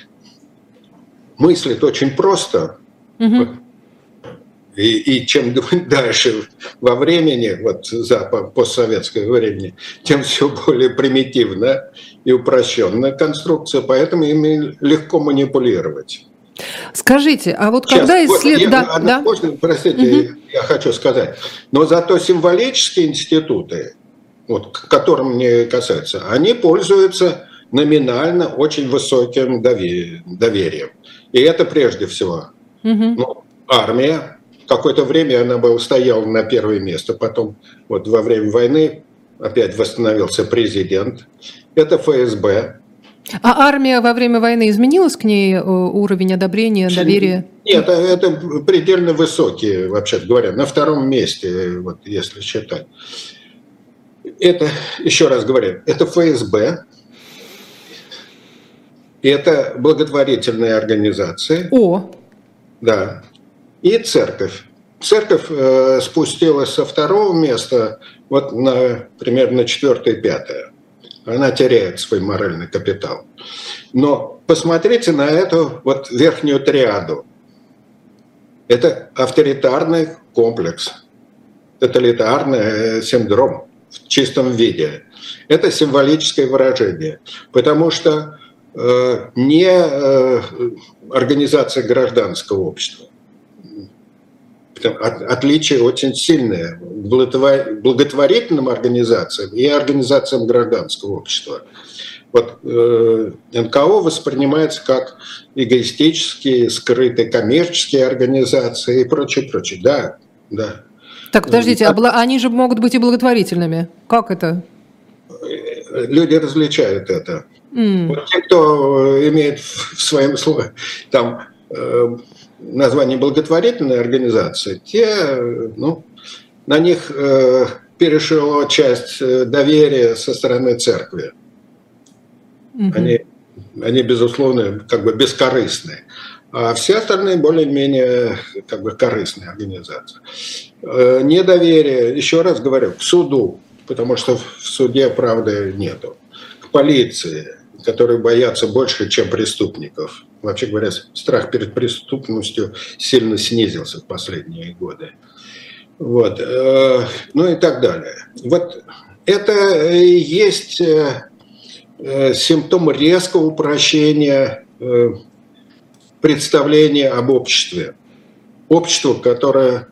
мыслят очень просто. Угу. И, и чем дальше во времени, вот за постсоветское времени, тем все более примитивна и упрощенная конструкция, поэтому ими легко манипулировать. Скажите, а вот Сейчас, когда исследуют... Да, да. Можно, простите, угу. я хочу сказать, но зато символические институты, вот, к которым мне касаются, они пользуются номинально очень высоким доверием. И это прежде всего угу. ну, армия. Какое-то время она бы стояла на первое место, потом вот во время войны опять восстановился президент. Это эф эс бэ. А армия во время войны изменилась к ней уровень одобрения, доверия? Нет, это предельно высокий, вообще говоря, на втором месте, вот если считать. Это, еще раз говорю, это эф эс бэ, это благотворительные организации. О! Да. И церковь. Церковь э, спустилась со второго места вот на примерно четвертое-пятое. Она теряет свой моральный капитал. Но посмотрите на эту вот верхнюю триаду. Это авторитарный комплекс, тоталитарный синдром в чистом виде. Это символическое выражение, потому что э, не э, организация гражданского общества. Отличие очень сильное к благотворительным организациям и организациям гражданского общества. Вот э, эн ка о воспринимается как эгоистические, скрытые коммерческие организации и прочее, прочее. Да, да. Так, подождите, а бла- они же могут быть и благотворительными. Как это? Люди различают это. Mm. Вот те, кто имеет в своем слове там э, название благотворительной организации, те, ну, на них э, перешла часть доверия со стороны церкви. Mm-hmm. Они, они, безусловно, как бы бескорыстные. А все остальные более-менее как бы корыстные организации. Э, недоверие, еще раз говорю, к суду, потому что в суде правды нету. К полиции, которые боятся больше, чем преступников. Вообще говоря, страх перед преступностью сильно снизился в последние годы. Вот. Ну и так далее. Вот это и есть симптом резкого упрощения представления об обществе. Общество, которое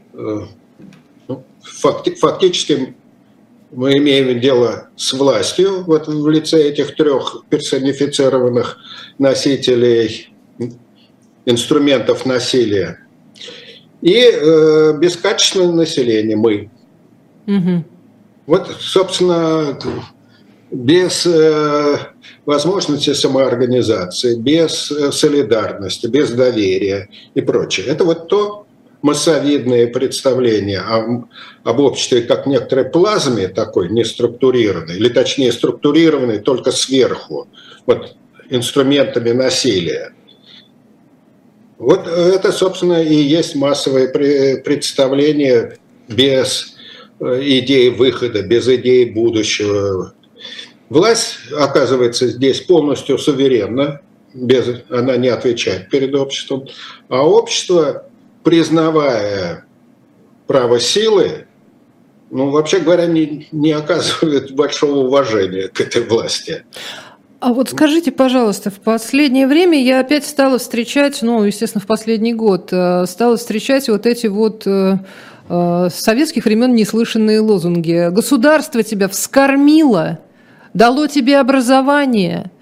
ну, факти- фактически мы имеем дело с властью вот в лице этих трех персонифицированных носителей инструментов насилия и э, бескачественное население, мы. Угу. Вот, собственно, без э, возможности самоорганизации, без э, солидарности, без доверия и прочее. Это вот то массовидное представление о, об обществе как некоторой плазме такой неструктурированной, или точнее структурированной только сверху, вот инструментами насилия. Вот это, собственно, и есть массовое представление без идеи выхода, без идеи будущего. Власть, оказывается, здесь полностью суверенна, без, она не отвечает перед обществом, а общество, признавая право силы, ну, вообще говоря, не, не оказывает большого уважения к этой власти. А вот скажите, пожалуйста, в последнее время я опять стала встречать, ну, естественно, в последний год, стала встречать вот эти вот э, э, с советских времен неслышанные лозунги. Государство тебя вскормило, дало тебе образование,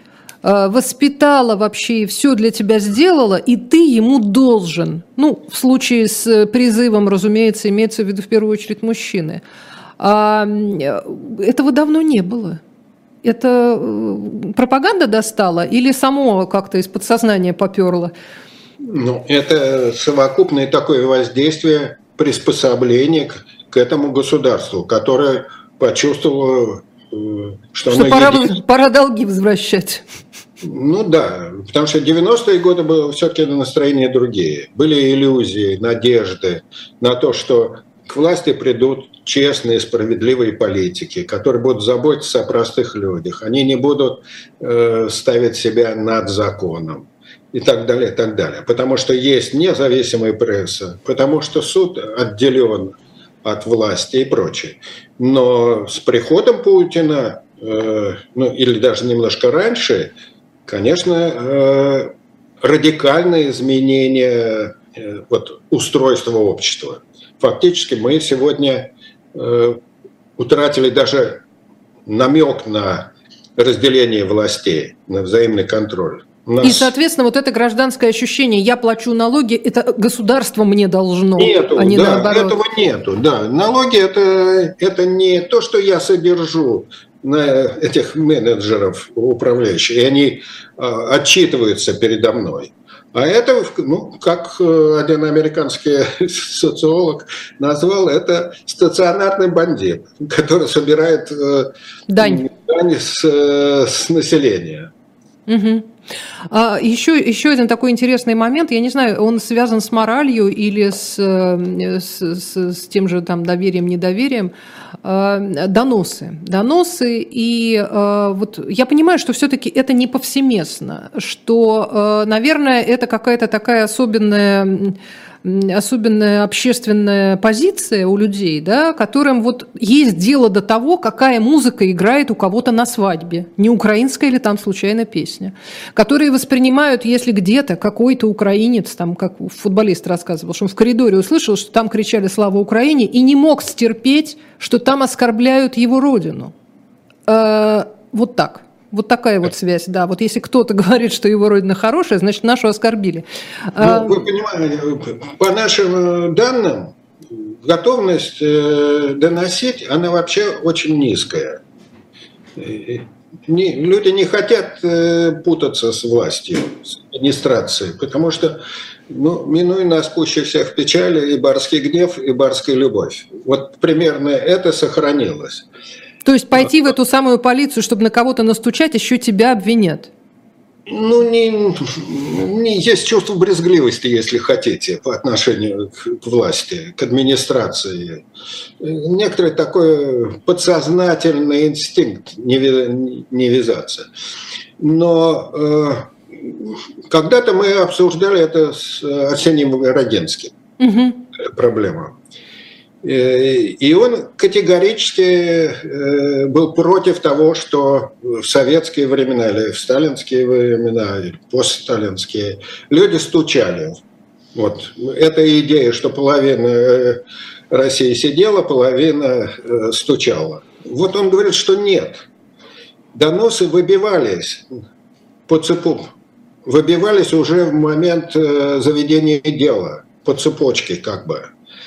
воспитала вообще и все для тебя сделала, и ты ему должен. Ну, в случае с призывом, разумеется, имеется в виду в первую очередь мужчины. А этого давно не было. Это пропаганда достала или само как-то из подсознания поперло? Ну, это совокупное такое воздействие, приспособление к, к этому государству, которое почувствовало, что, что оно пора, един... пора долги возвращать. Ну да, потому что девяностые годы было все-таки настроения другие. Были иллюзии, надежды на то, что к власти придут честные, справедливые политики, которые будут заботиться о простых людях. Они не будут э, ставить себя над законом и так далее, и так далее. Потому что есть независимая пресса, потому что суд отделен от власти и прочее. Но с приходом Путина, э, ну или даже немножко раньше, конечно, э, радикальные изменения э, вот, устройства общества. Фактически мы сегодня э, утратили даже намек на разделение властей, на взаимный контроль. Нас... И, соответственно, вот это гражданское ощущение, я плачу налоги, это государство мне должно, нету, а не да, наоборот. Этого нету, да. Налоги это, это не то, что я содержу на этих менеджеров управляющих, и они а, отчитываются передо мной. А это, ну, как один американский социолог назвал, это стационарный бандит, который собирает дань, дань с, с населения. Угу. А, еще, еще один такой интересный момент, я не знаю, он связан с моралью или с, с, с, с тем же там доверием, недоверием. Доносы. Доносы, и э, вот я понимаю, что все-таки это не повсеместно, что, э, наверное, это какая-то такая особенная, особенная общественная позиция у людей, да, которым вот есть дело до того, какая музыка играет у кого-то на свадьбе, не украинская или там случайно песня, которые воспринимают, если где-то какой-то украинец, там, как футболист рассказывал, что он в коридоре услышал, что там кричали «Слава Украине!» и не мог стерпеть, что там оскорбляют его родину. Э, вот так. Вот такая вот связь, да. Вот если кто-то говорит, что его родина хорошая, значит, нашу оскорбили. Ну, вы понимаете, по нашим данным, готовность доносить, она вообще очень низкая. Не, люди не хотят путаться с властью, с администрацией, потому что, ну, минуя нас пуще всех в печали и барский гнев, и барская любовь. Вот примерно это сохранилось. То есть пойти в эту самую полицию, чтобы на кого-то настучать, еще тебя обвинят? Ну, не, не, есть чувство брезгливости, если хотите, по отношению к, к власти, к администрации. Некоторый такой подсознательный инстинкт не, не вязаться. Но э, когда-то мы обсуждали это с Арсением Роденским, угу. проблему. И он категорически был против того, что в советские времена, или в сталинские времена, или постсталинские, люди стучали. Вот. Эта идея, что половина России сидела, половина стучала. Вот он говорит, что нет. Доносы выбивались по цепу, выбивались уже в момент заведения дела, по цепочке как бы.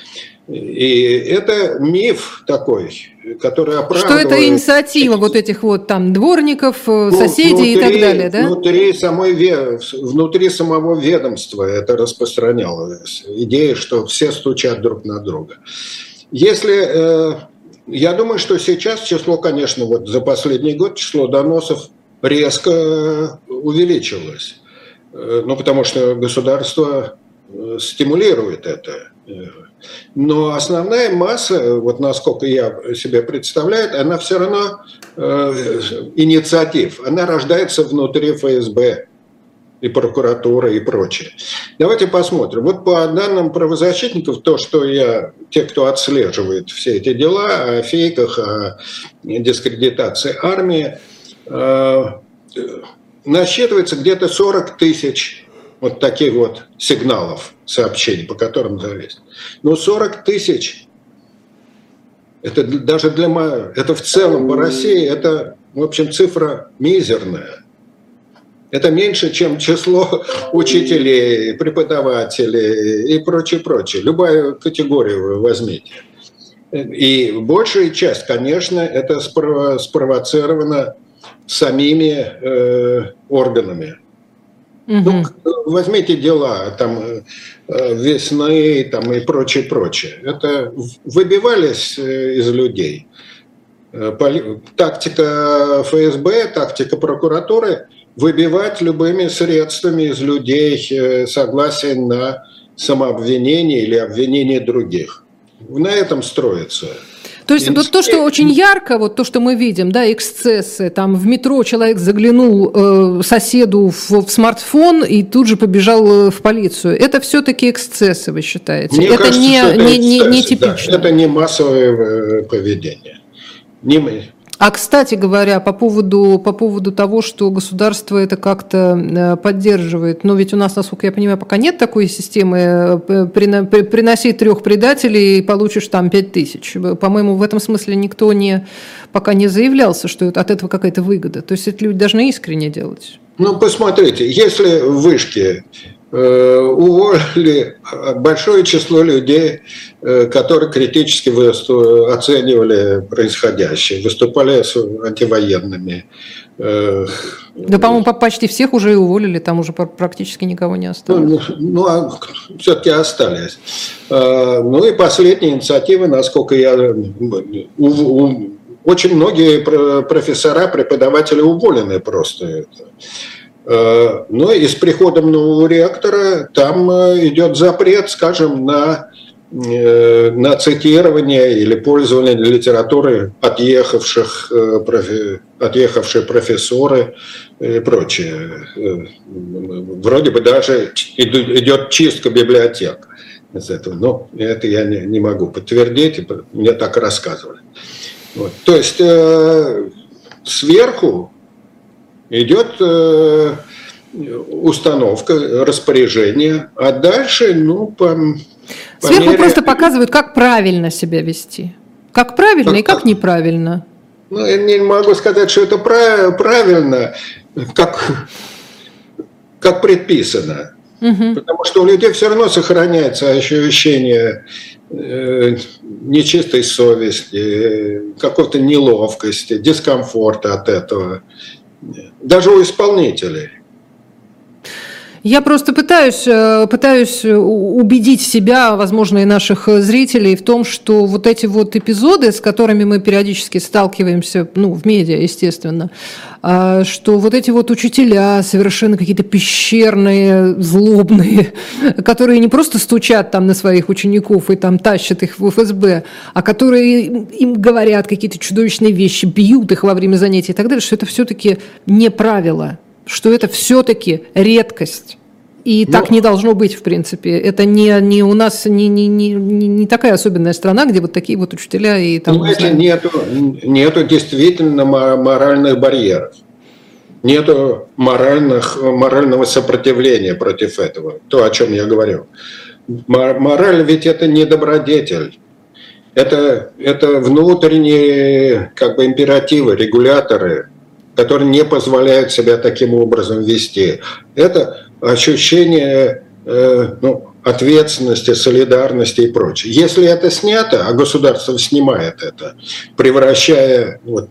И это миф такой, который оправдывает... Что это инициатива вот этих вот там дворников, ну, соседей внутри, и так далее, да? Внутри, самой, внутри самого ведомства это распространялось. Идея, что все стучат друг на друга. Если... Я думаю, что сейчас число, конечно, вот за последний год число доносов резко увеличилось. Ну, потому что государство стимулирует это. Но основная масса, вот насколько я себе представляю, она все равно э, инициатив, она рождается внутри эф эс бэ и прокуратуры и прочее. Давайте посмотрим. Вот по данным правозащитников, то, что я, те, кто отслеживает все эти дела о фейках, о дискредитации армии, э, насчитывается где-то сорок тысяч вот таких вот сигналов, сообщений, по которым зависит. Но сорок тысяч, это даже для... Это в целом по России, это, в общем, цифра мизерная. Это меньше, чем число учителей, преподавателей и прочее, прочее. Любую категорию вы возьмите. И большая часть, конечно, это спровоцировано самими э, органами. Mm-hmm. Ну, возьмите дела там, весны там, и прочее, прочее. Это выбивались из людей. Тактика эф эс бэ, тактика прокуратуры – выбивать любыми средствами из людей согласие на самообвинение или обвинение других. На этом строится. То есть вот то, что очень ярко, вот то, что мы видим, да, эксцессы, там в метро человек заглянул э, соседу в, в смартфон и тут же побежал в полицию. Это все-таки эксцессы, вы считаете? Мне это кажется, не, что это не, не, не эксцессы, типично. Да, это не массовое поведение. Не мы. А, кстати говоря, по поводу, по поводу того, что государство это как-то поддерживает, но ведь у нас, насколько я понимаю, пока нет такой системы приноси трех предателей и получишь там пять тысяч. По-моему, в этом смысле никто не, пока не заявлялся, что от этого какая-то выгода. То есть это люди должны искренне делать. Ну, посмотрите, если в вышке э, уволили большое число людей, э, которые критически высту- оценивали происходящее, выступали с антивоенными. Э, да, по-моему, почти всех уже и уволили, там уже практически никого не осталось. Ну, ну а все-таки остались. Э, ну и последняя инициатива, насколько я... У, у, Очень многие профессора, преподаватели уволены просто. Ну и с приходом нового ректора там идет запрет, скажем, на, на цитирование или пользование литературой отъехавших, отъехавшие профессоры и прочее. Вроде бы даже идет чистка библиотек из этого. Но это я не, не могу подтвердить, мне так рассказывали. Вот. То есть э, сверху идет э, установка, распоряжение, а дальше, ну, по, по сверху мере... просто показывают, как правильно себя вести. Как правильно как, и как неправильно. Ну, я не могу сказать, что это правильно, как, как предписано. Угу. Потому что у людей все равно сохраняется ощущение э, нечистой совести, какой-то неловкости, дискомфорта от этого. Даже у исполнителей. Я просто пытаюсь, пытаюсь убедить себя, возможно, и наших зрителей в том, что вот эти вот эпизоды, с которыми мы периодически сталкиваемся, ну, в медиа, естественно, что вот эти вот учителя совершенно какие-то пещерные, злобные, которые не просто стучат там на своих учеников и там тащат их в эф эс бэ, а которые им говорят какие-то чудовищные вещи, бьют их во время занятий и так далее, что это все-таки не правило. Что это все-таки редкость. И ну, так не должно быть, в принципе. Это не, не у нас не, не, не, не такая особенная страна, где вот такие вот учителя и там... Понимаете, нету, нету действительно моральных барьеров. Нету моральных, морального сопротивления против этого. То, о чем я говорю. Мораль ведь это не добродетель. Это, это внутренние как бы императивы, регуляторы, которые не позволяют себя таким образом вести. Это ощущение э, ну, ответственности, солидарности и прочее. Если это снято, а государство снимает это, превращая вот,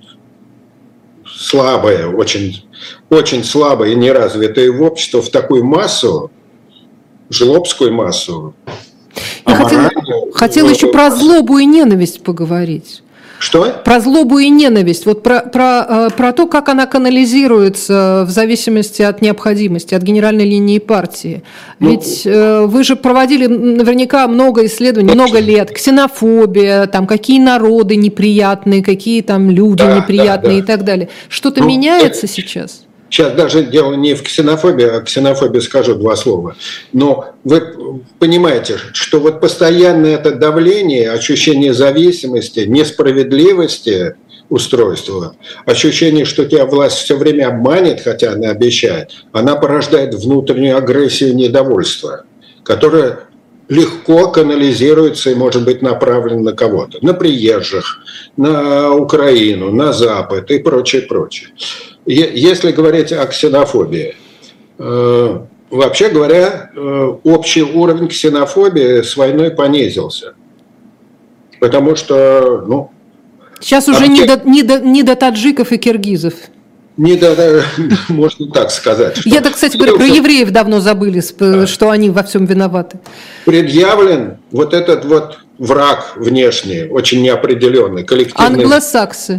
слабое, очень, очень слабое и неразвитое общество в такую массу, жлобскую массу. Я хотела, хотела еще про злобу и ненависть поговорить. Что? Про злобу и ненависть, вот про, про, про то, как она канализируется в зависимости от необходимости, от генеральной линии партии. Ведь ну, э, вы же проводили наверняка много исследований, много лет. Ксенофобия, там, какие народы неприятные, какие там люди да, неприятные да, да. и так далее. Что-то ну, меняется сейчас? Сейчас даже дело не в ксенофобии, а ксенофобии скажу два слова. Но вы понимаете, что вот постоянное это давление, ощущение зависимости, несправедливости устройства, ощущение, что тебя власть все время обманет, хотя она обещает, она порождает внутреннюю агрессию и недовольство, которое легко канализируется и может быть направлено на кого-то, на приезжих, на Украину, на Запад и прочее, прочее. Если говорить о ксенофобии, вообще говоря, общий уровень ксенофобии с войной понизился. Потому что, ну... Сейчас уже а не, до, не, до, не до таджиков и киргизов. Не до, можно так сказать. Я-то, кстати, говорю, про евреев давно забыли, да. Что они во всем виноваты. Предъявлен вот этот вот враг внешний, очень неопределенный, коллективный. Англосаксы.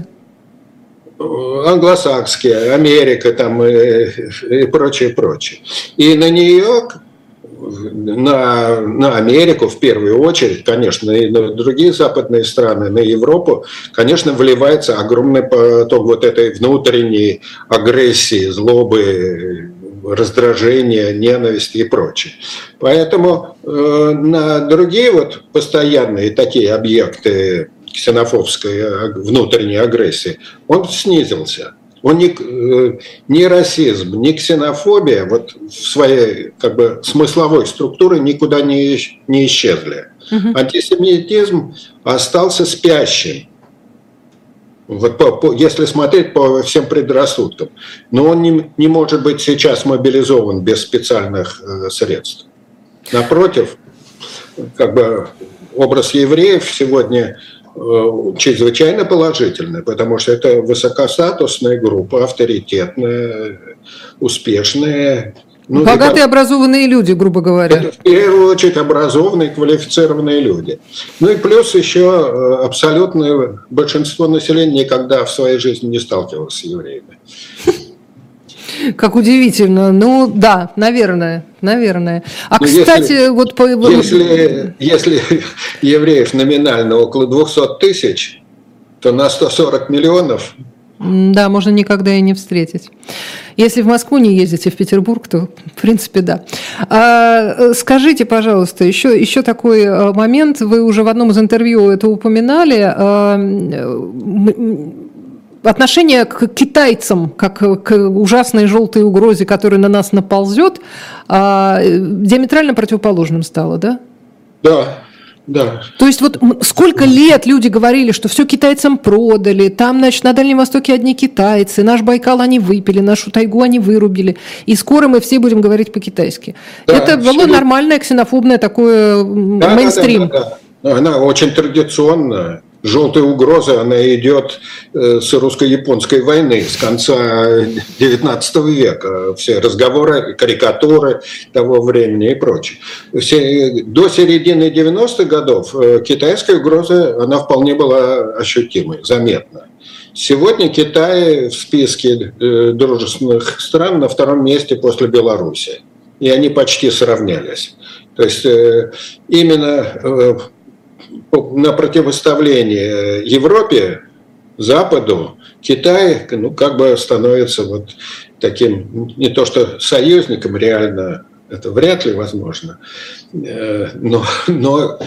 Англосакские, Америка там и, и прочее, прочее. И на нее, на, на Америку в первую очередь, конечно, и на другие западные страны, на Европу, конечно, вливается огромный поток вот этой внутренней агрессии, злобы, раздражения, ненависти и прочее. Поэтому э, на другие вот постоянные такие объекты ксенофобской внутренней агрессии, он снизился. Он не, ни расизм, ни ксенофобия вот в своей как бы смысловой структуре никуда не, не исчезли. Угу. Антисемитизм остался спящим. Вот по, по, если смотреть по всем предрассудкам. Но он не, не может быть сейчас мобилизован без специальных э, средств. Напротив, как бы образ евреев сегодня чрезвычайно положительный, потому что это высокостатусная группа, авторитетная, успешная. Ну, богатые, это, образованные люди, грубо говоря. Это в первую очередь образованные, квалифицированные люди. Ну и плюс еще абсолютное большинство населения никогда в своей жизни не сталкивалось с евреями. Как удивительно. Ну да, наверное, наверное. А, ну, кстати, если, вот... По... Если, если евреев номинально около двухсот тысяч, то на сто сорок миллионов... Да, можно никогда и не встретить. Если в Москву не ездите, в Петербург, то, в принципе, да. А, скажите, пожалуйста, еще, еще такой момент. Вы уже в одном из интервью это упоминали. А, отношение к китайцам, как к ужасной желтой угрозе, которая на нас наползет, диаметрально противоположным стало, да? Да, да. То есть вот сколько лет люди говорили, что все китайцам продали, там, значит, на Дальнем Востоке одни китайцы, наш Байкал они выпили, нашу тайгу они вырубили, и скоро мы все будем говорить по-китайски. Да, это было все... нормальное ксенофобное такое да, мейнстрим. Да, да, да, да. Она очень традиционная. Желтая угроза, она идет с русско-японской войны, с конца девятнадцатого века. Все разговоры, карикатуры того времени и прочее. Все, до середины девяностых годов китайская угроза, она вполне была ощутимой, заметна. Сегодня Китай в списке дружественных стран на втором месте после Беларуси. И они почти сравнялись. То есть именно... на противоставление Европе, Западу, Китай, ну, как бы становится вот таким, не то что союзником, реально это вряд ли возможно, но, но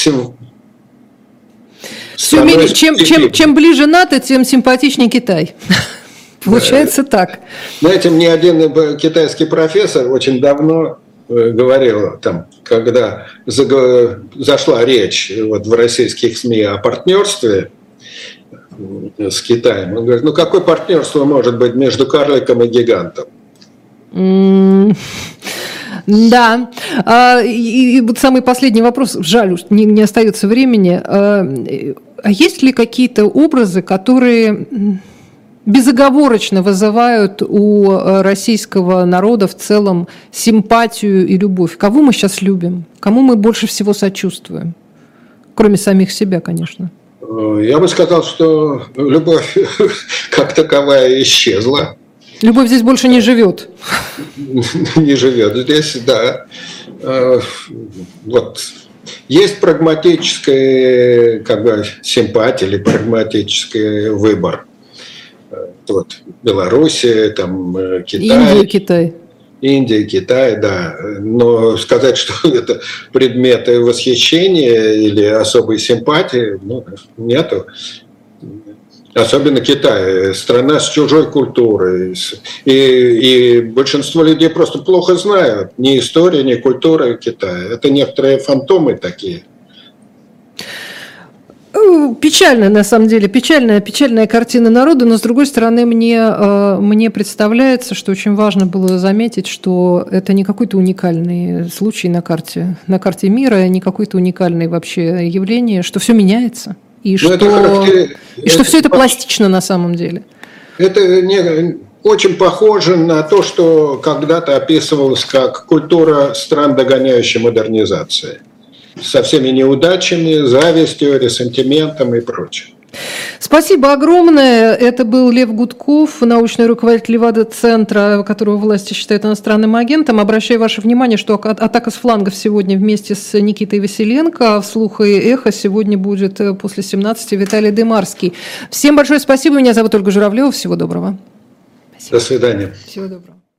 все менее, чем, чем, чем ближе НАТО, тем симпатичнее Китай. Получается так. Знаете, мне один китайский профессор очень давно говорил, там, когда зашла речь вот в российских СМИ о партнерстве с Китаем, он говорит, ну какое партнерство может быть между карликом и гигантом? Mm. Да. А, и, и вот самый последний вопрос, жаль, уж не, не остается времени. А, а есть ли какие-то образы, которые... безоговорочно вызывают у российского народа в целом симпатию и любовь? Кого мы сейчас любим? Кому мы больше всего сочувствуем? Кроме самих себя, конечно. Я бы сказал, что любовь как таковая исчезла. Любовь здесь больше не живет. Не живет здесь, да. Вот. Есть прагматическая как бы, симпатия или прагматический выбор. Вот, Белоруссия, там, Китай. Индия, Китай. Индия, Китай, да. Но сказать, что это предметы восхищения или особой симпатии, ну, нету. Особенно Китай, страна с чужой культурой. И, и большинство людей просто плохо знают ни историю, ни культуру Китая. Это некоторые фантомы такие. Ну, печальная, на самом деле, печальная, печальная картина народа, но, с другой стороны, мне, мне представляется, что очень важно было заметить, что это не какой-то уникальный случай на карте, на карте мира, не какое-то уникальное вообще явление, что все меняется, и, что, характер... и что это... все это пластично на самом деле. Это не... очень похоже на то, что когда-то описывалось как культура стран, догоняющей модернизации. Со всеми неудачами, завистью, ресентиментом и прочим. Спасибо огромное. Это был Лев Гудков, научный руководитель Левада-центра, которого власти считают иностранным агентом. Обращаю ваше внимание, что атака с флангов сегодня вместе с Никитой Василенко, а вслух и эхо сегодня будет после семнадцати Виталий Дымарский. Всем большое спасибо. Меня зовут Ольга Журавлева. Всего доброго. Спасибо. До свидания. Всего доброго.